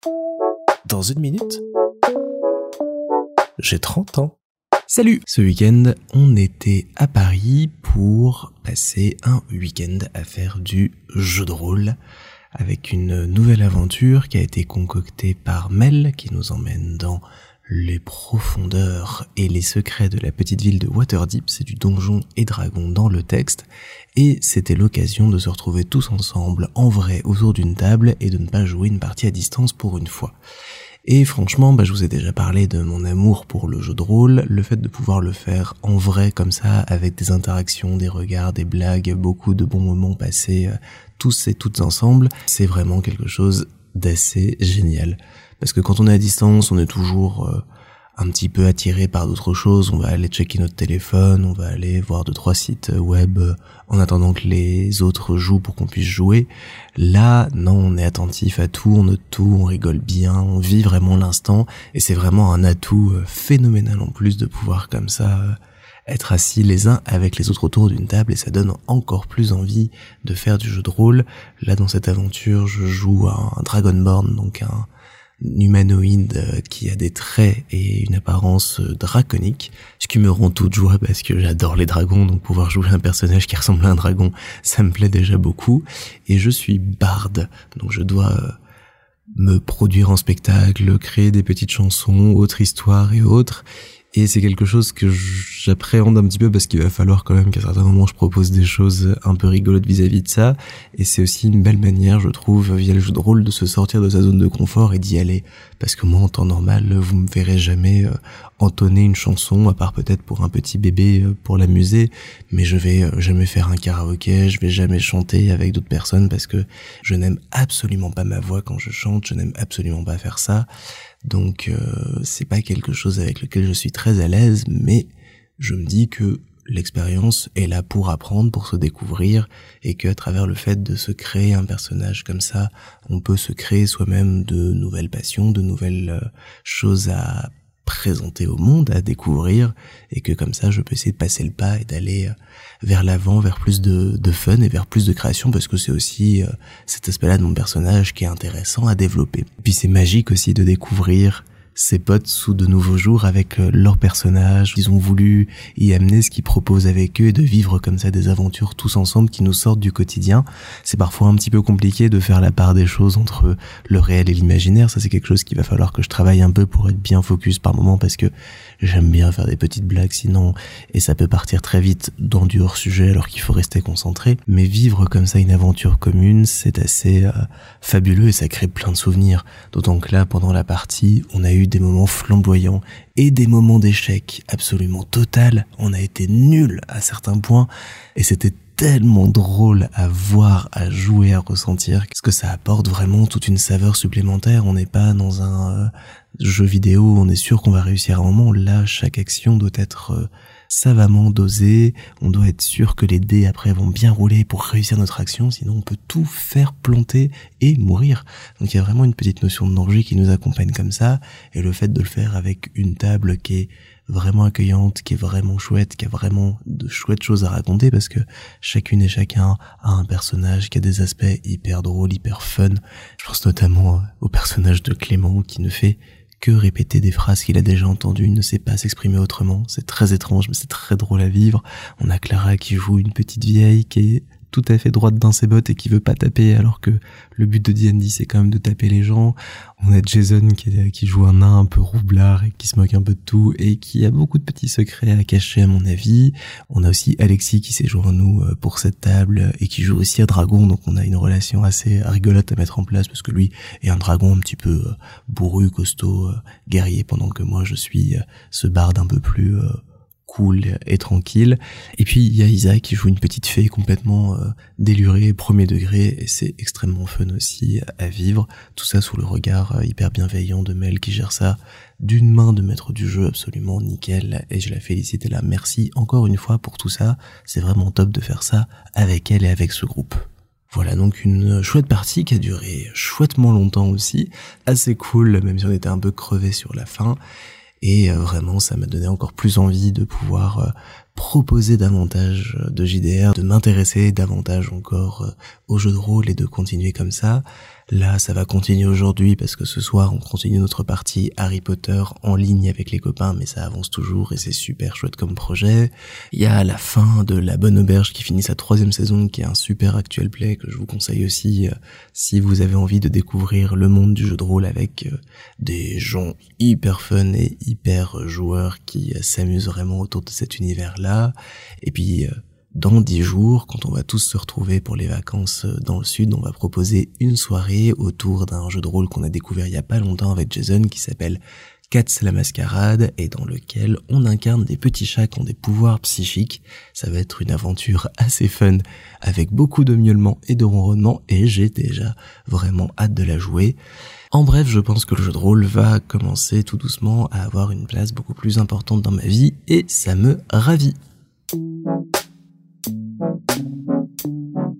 Dans une minute, j'ai 30 ans. Salut! Ce week-end, on était à Paris pour passer un week-end à faire du jeu de rôle avec une nouvelle aventure qui a été concoctée par Mel, qui nous emmène dans les profondeurs et les secrets de la petite ville de Waterdeep. C'est du Donjons et Dragons dans le texte, et c'était l'occasion de se retrouver tous ensemble en vrai autour d'une table et de ne pas jouer une partie à distance pour une fois. Et franchement, je vous ai déjà parlé de mon amour pour le jeu de rôle, le fait de pouvoir le faire en vrai comme ça, avec des interactions, des regards, des blagues, beaucoup de bons moments passés tous et toutes ensemble, c'est vraiment quelque chose d'assez génial. Parce que quand on est à distance, on est toujours un petit peu attiré par d'autres choses, on va aller checker notre téléphone, on va aller voir 2-3 sites web en attendant que les autres jouent pour qu'on puisse jouer. Là, non, on est attentif à tout, on note tout, on rigole bien, on vit vraiment l'instant, et c'est vraiment un atout phénoménal en plus de pouvoir comme ça être assis les uns avec les autres autour d'une table, et ça donne encore plus envie de faire du jeu de rôle. Là, dans cette aventure, je joue à un Dragonborn, donc un humanoïde qui a des traits et une apparence draconique, ce qui me rend toute joie parce que j'adore les dragons, donc pouvoir jouer un personnage qui ressemble à un dragon, ça me plaît déjà beaucoup. Et je suis barde, donc je dois me produire en spectacle, créer des petites chansons, autres histoires et autres. Et c'est quelque chose que j'appréhende un petit peu parce qu'il va falloir quand même qu'à certains moments je propose des choses un peu rigolotes vis-à-vis de ça. Et c'est aussi une belle manière, je trouve, via le jeu de rôle, de se sortir de sa zone de confort et d'y aller. Parce que moi, en temps normal, vous me verrez jamais entonner une chanson, à part peut-être pour un petit bébé pour l'amuser. Mais je vais jamais faire un karaoké, je vais jamais chanter avec d'autres personnes parce que je n'aime absolument pas ma voix quand je chante, je n'aime absolument pas faire ça. Donc c'est pas quelque chose avec lequel je suis très à l'aise, mais je me dis que l'expérience est là pour apprendre, pour se découvrir, et qu'à travers le fait de se créer un personnage comme ça, on peut se créer soi-même de nouvelles passions, de nouvelles choses à présenter au monde, à découvrir, et que comme ça je peux essayer de passer le pas et d'aller vers l'avant, vers plus de fun et vers plus de création, parce que c'est aussi cet aspect-là de mon personnage qui est intéressant à développer. Et puis c'est magique aussi de découvrir ses potes sous de nouveaux jours avec leurs personnages. Ils ont voulu y amener ce qu'ils proposent avec eux et de vivre comme ça des aventures tous ensemble qui nous sortent du quotidien. C'est parfois un petit peu compliqué de faire la part des choses entre le réel et l'imaginaire. Ça, c'est quelque chose qu'il va falloir que je travaille un peu pour être bien focus par moment, parce que j'aime bien faire des petites blagues sinon, et ça peut partir très vite dans du hors-sujet alors qu'il faut rester concentré. Mais vivre comme ça une aventure commune, c'est assez fabuleux et ça crée plein de souvenirs. D'autant que là, pendant la partie, on a eu des moments flamboyants et des moments d'échec absolument total. On a été nuls à certains points et c'était tellement drôle à voir, à jouer, à ressentir, parce que ça apporte vraiment toute une saveur supplémentaire. On n'est pas dans un jeu vidéo, on est sûr qu'on va réussir à un moment. Là, chaque action doit être savamment dosée, on doit être sûr que les dés après vont bien rouler pour réussir notre action, sinon on peut tout faire planter et mourir. Donc il y a vraiment une petite notion de danger qui nous accompagne comme ça, et le fait de le faire avec une table qui est vraiment accueillante, qui est vraiment chouette, qui a vraiment de chouettes choses à raconter, parce que chacune et chacun a un personnage qui a des aspects hyper drôles, hyper fun. Je pense notamment au personnage de Clément qui ne fait que répéter des phrases qu'il a déjà entendues, il ne sait pas s'exprimer autrement. C'est très étrange, mais c'est très drôle à vivre. On a Clara qui joue une petite vieille qui est tout à fait droite dans ses bottes et qui veut pas taper, alors que le but de D&D c'est quand même de taper les gens. On a Jason qui joue un nain un peu roublard et qui se moque un peu de tout et qui a beaucoup de petits secrets à cacher à mon avis. On a aussi Alexis qui s'est joint à nous pour cette table et qui joue aussi à dragon, donc on a une relation assez rigolote à mettre en place parce que lui est un dragon un petit peu bourru, costaud, guerrier, pendant que moi je suis ce barde un peu plus cool et tranquille. Et puis il y a Isa qui joue une petite fée complètement délurée, premier degré, et c'est extrêmement fun aussi à vivre. Tout ça sous le regard hyper bienveillant de Mel qui gère ça d'une main de maître du jeu absolument nickel, et je la félicite et la merci encore une fois pour tout ça. C'est vraiment top de faire ça avec elle et avec ce groupe. Voilà donc une chouette partie qui a duré chouettement longtemps aussi, assez cool même si on était un peu crevé sur la fin. Et vraiment, ça m'a donné encore plus envie de pouvoir proposer davantage de JDR, de m'intéresser davantage encore au jeu de rôle et de continuer comme ça. Là, ça va continuer aujourd'hui parce que ce soir, on continue notre partie Harry Potter en ligne avec les copains, mais ça avance toujours et c'est super chouette comme projet. Il y a la fin de La Bonne Auberge qui finit sa 3e saison, qui est un super actual play que je vous conseille aussi si vous avez envie de découvrir le monde du jeu de rôle avec des gens hyper fun et hyper joueurs qui s'amusent vraiment autour de cet univers-là. Et puis dans 10 jours, quand on va tous se retrouver pour les vacances dans le sud, on va proposer une soirée autour d'un jeu de rôle qu'on a découvert il y a pas longtemps avec Jason qui s'appelle Cats la Mascarade et dans lequel on incarne des petits chats qui ont des pouvoirs psychiques. Ça va être une aventure assez fun avec beaucoup de miaulements et de ronronnements et j'ai déjà vraiment hâte de la jouer. En bref, je pense que le jeu de rôle va commencer tout doucement à avoir une place beaucoup plus importante dans ma vie et ça me ravit.